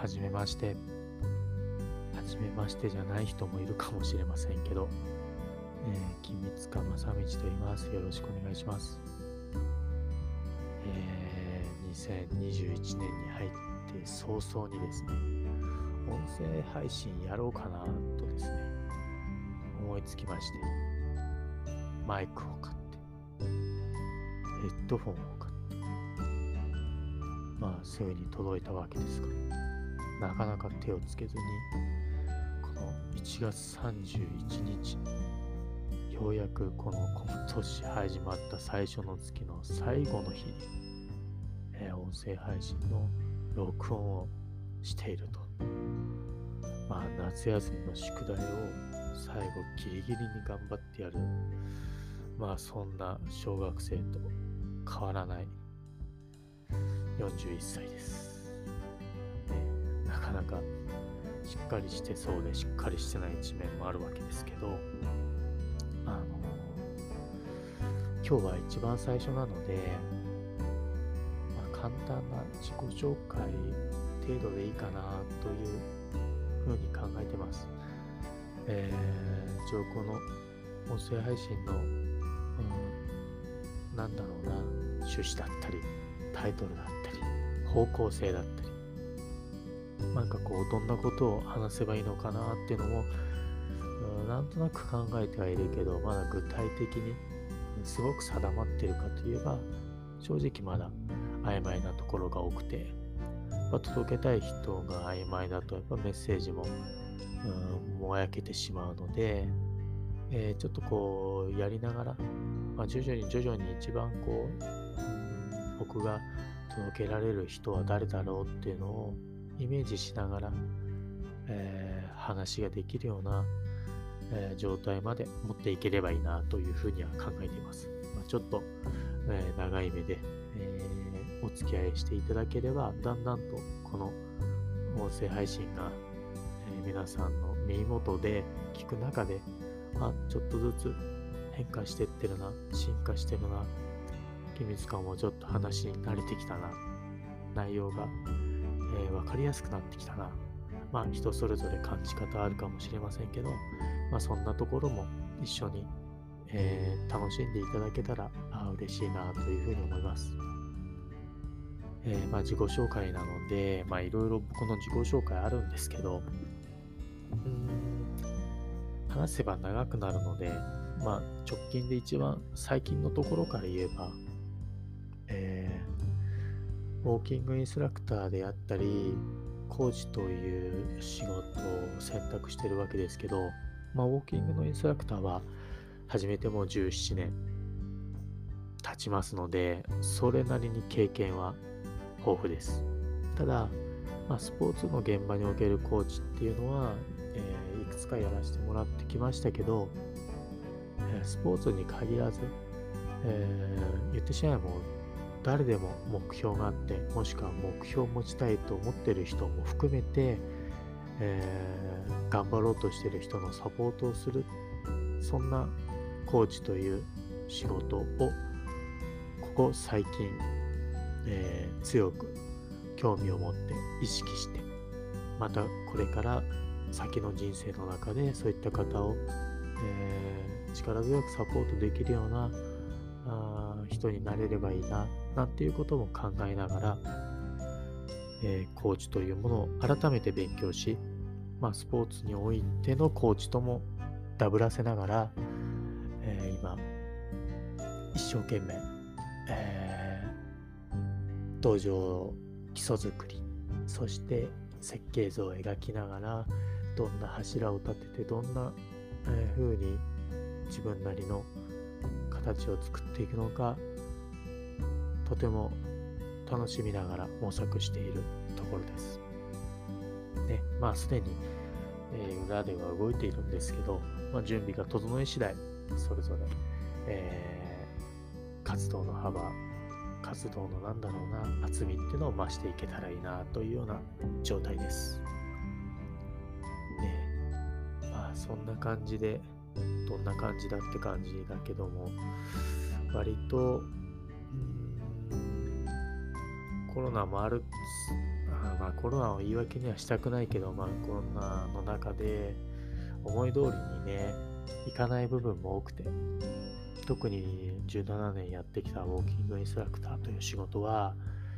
はじめまして。はじめましてじゃない人もいるかもしれませんけど、君塚正道と言います。よろしくお願いします。2021年に入って早々にですね、音声配信やろうかなとですね、思いつきまして、マイクを買って、ヘッドフォンを買って、すぐに届いたわけですが、なかなか手をつけずに、この1月31日、ようやくこの今年始まった最初の月の最後の日に、音声配信の録音をしていると。夏休みの宿題を最後ギリギリに頑張ってやる。そんな小学生と変わらない41歳です。なかなかしっかりしてそうでしっかりしてない一面もあるわけですけど、今日は一番最初なので、簡単な自己紹介程度でいいかなというふうに考えてます。この音声配信の、趣旨だったり、タイトルだったり、方向性だったり、どんなことを話せばいいのかなっていうのも、なんとなく考えてはいるけど、まだ具体的にすごく定まっているかといえば、正直まだ曖昧なところが多くて、届けたい人が曖昧だとやっぱメッセージももやけてしまうので、ちょっとやりながら、徐々に一番僕が届けられる人は誰だろうっていうのをイメージしながら、話ができるような、状態まで持っていければいいなというふうには考えています。ちょっと、長い目で、お付き合いしていただければ、だんだんとこの音声配信が、皆さんの耳元で聞く中で、ちょっとずつ変化してってるな、進化してるな、君塚もちょっと話に慣れてきたな、内容が、分かりやすくなってきたな。人それぞれ感じ方あるかもしれませんけど、そんなところも一緒に、楽しんでいただけたら嬉しいなというふうに思います。自己紹介なので、いろいろ僕の自己紹介あるんですけど、話せば長くなるので、直近で一番最近のところから言えば、ウォーキングインストラクターであったり、コーチという仕事を選択しているわけですけど、ウォーキングのインストラクターは始めてもう17年経ちますので、それなりに経験は豊富です。ただ、スポーツの現場におけるコーチっていうのは、いくつかやらせてもらってきましたけど、スポーツに限らず、言ってしまえばもう誰でも目標があって、もしくは目標を持ちたいと思っている人も含めて、頑張ろうとしている人のサポートをする、そんなコーチという仕事をここ最近、強く興味を持って意識して、またこれから先の人生の中でそういった方を、力強くサポートできるような人になれればいいななんていうことも考えながら、コーチというものを改めて勉強し、スポーツにおいてのコーチともダブらせながら、今一生懸命、道場基礎作り、そして設計図を描きながら、どんな柱を立ててどんな風に自分なりの形を作っていくのか、とても楽しみながら模索しているところです。すでに、裏では動いているんですけど、準備が整い次第、それぞれ、活動の幅、活動の厚みっていうのを増していけたらいいなというような状態です。そんな感じで、どんな感じだって感じだけども、割とコロナもあるまあコロナを言い訳にはしたくないけど、まあコロナの中で思い通りにね、いかない部分も多くて、特に17年やってきたウォーキングインストラクターという仕事は、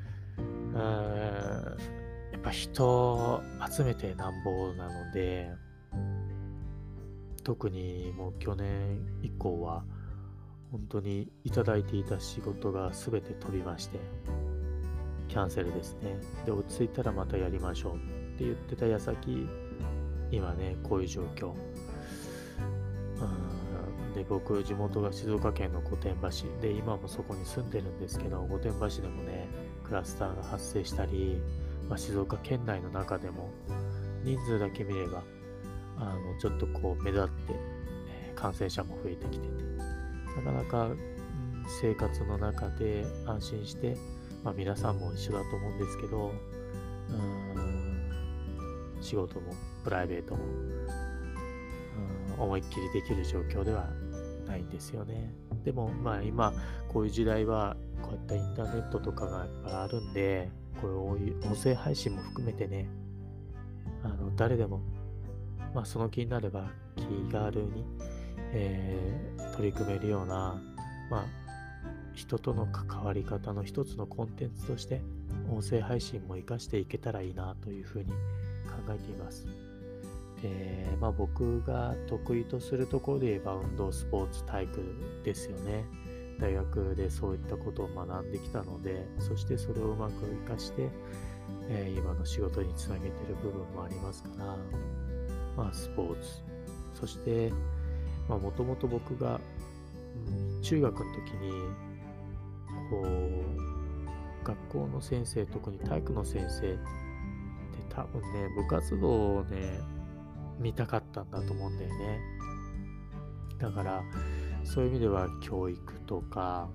やっぱ人を集めてなんぼなので、特にもう去年以降は、本当にいただいていた仕事が全て飛びまして、キャンセルですね。で、落ち着いたらまたやりましょうって言ってた矢先、今ね、こういう状況。で、僕、地元が静岡県の御殿場市で、今もそこに住んでるんですけど、御殿場市でもね、クラスターが発生したり、静岡県内の中でも、人数だけ見れば、ちょっとこう目立って、感染者も増えてきてて、なかなか、生活の中で安心して、皆さんも一緒だと思うんですけど、仕事もプライベートも、思いっきりできる状況ではないんですよね。でも今こういう時代はこういったインターネットとかがやっぱあるんで、こういう音声配信も含めてね、誰でもその気になれば気軽に、取り組めるような人との関わり方の一つのコンテンツとして音声配信も活かしていけたらいいなというふうに考えています。で、僕が得意とするところで言えば運動、スポーツ、体育ですよね。大学でそういったことを学んできたので、そしてそれをうまく活かして、今の仕事につなげている部分もありますから、スポーツ、そしてもともと僕が、中学の時に学校の先生、特に体育の先生って多分ね、部活動をね見たかったんだと思うんだよね。だからそういう意味では教育とか、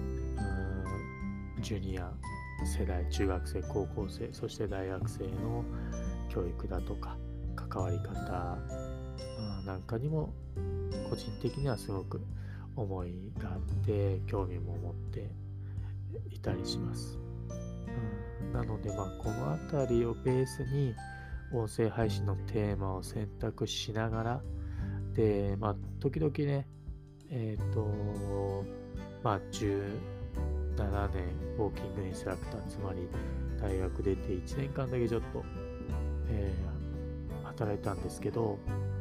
ジュニア世代、中学生、高校生、そして大学生の教育だとか関わり方、なんかにも個人的にはすごく思いがあって興味も持っていたりします。なのでこのあたりをベースに音声配信のテーマを選択しながら、で時々ね17年ウォーキングインストラクター、つまり大学出て1年間だけちょっと、働いたんですけど、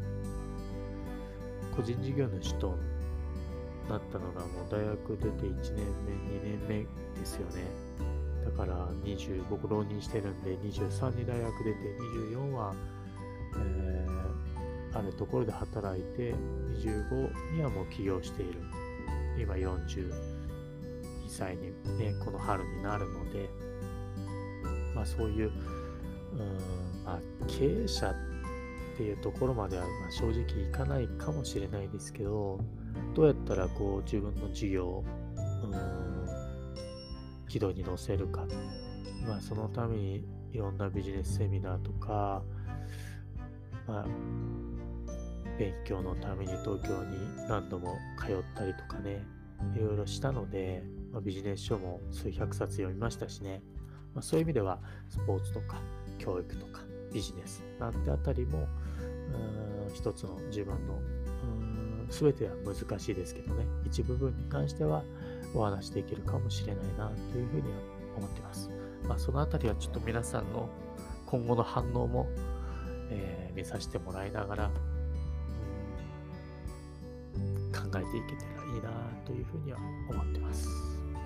個人事業主となったのがもう大学出て1年目、2年目ですよね。だから僕浪人してるんで23に大学出て、24は、あるところで働いて、25にはもう起業している。今42歳にね、この春になるので、そういう、経営者っていうところまでは正直いかないかもしれないですけど、どうやったら自分の事業を軌道に乗せるか、そのためにいろんなビジネスセミナーとか、勉強のために東京に何度も通ったりとかね、いろいろしたので、ビジネス書も数百冊読みましたしね、そういう意味ではスポーツとか教育とかビジネスなんてあたりも一つの自分の全ては難しいですけどね、一部分に関してはお話できるかもしれないなというふうには思ってます。そのあたりはちょっと皆さんの今後の反応も、見させてもらいながら、考えていけたらいいなというふうには思ってます、ね。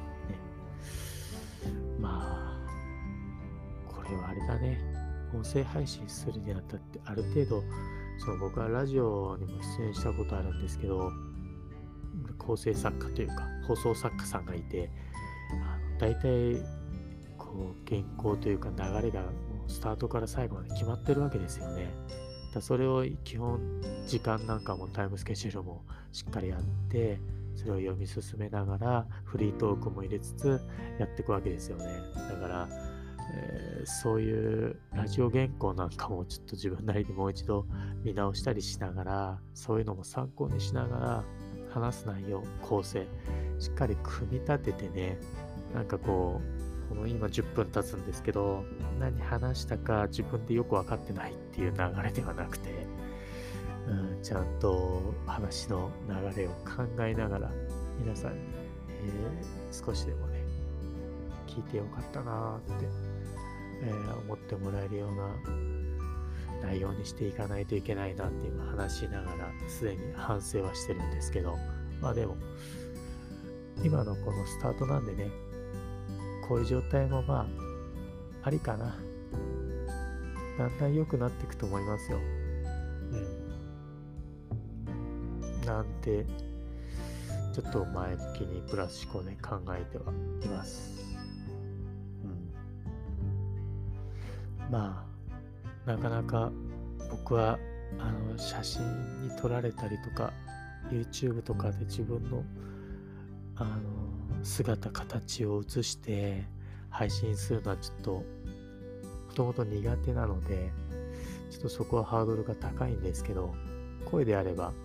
これはあれだね、音声配信するにあたってある程度僕はラジオにも出演したことあるんですけど、構成作家というか放送作家さんがいて、だいたい原稿というか流れがもうスタートから最後まで決まってるわけですよね。それを基本時間なんかもタイムスケジュールもしっかりやって、それを読み進めながらフリートークも入れつつやっていくわけですよね。だから、そういうラジオ原稿なんかもちょっと自分なりにもう一度見直したりしながら、そういうのも参考にしながら話す内容、構成しっかり組み立ててね、 この今10分経つんですけど、何話したか自分でよく分かってないっていう流れではなくて、ちゃんと話の流れを考えながら皆さんに、少しでもね、聞いてよかったなーって、思ってもらえるような内容にしていかないといけないなって今話しながらすでに反省はしてるんですけど、まあでも今のこのスタートなんでね、こういう状態もまあありかな。だんだん良くなっていくと思いますよ。なんてちょっと前向きにプラス思考で考えてはいます。まあなかなか僕は写真に撮られたりとか YouTube とかで自分の姿形を映して配信するのはちょっともともと苦手なので、ちょっとそこはハードルが高いんですけど、声であれば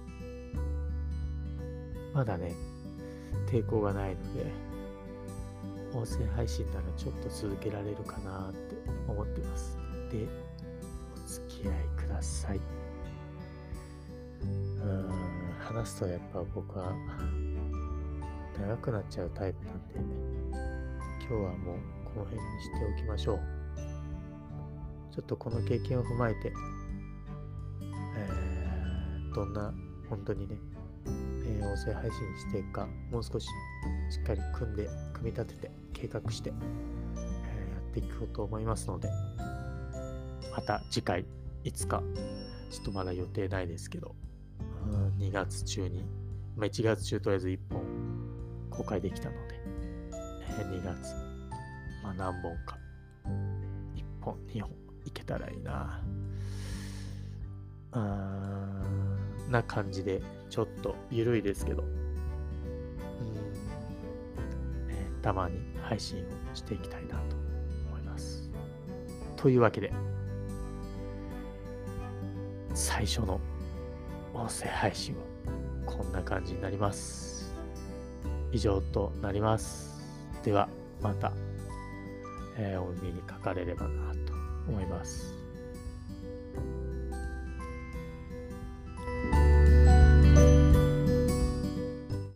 まだね抵抗がないので、音声配信ならちょっと続けられるかなって思ってます。で、お付き合いください。話すとやっぱ僕は長くなっちゃうタイプなんで、今日はもうこの辺にしておきましょう。ちょっとこの経験を踏まえて、どんな本当にね、音声配信していくか、もう少ししっかり組み立てて計画して、やっていこうと思いますので、また次回いつかちょっとまだ予定ないですけど、2月中に、1月中とりあえず1本公開できたので、2月、何本か1本2本いけたらいいなな感じで、ちょっと緩いですけど、たまに配信をしていきたいなと思います。というわけで、最初の音声配信はこんな感じになります。以上となります。ではまた、お耳にかかれればなと思います。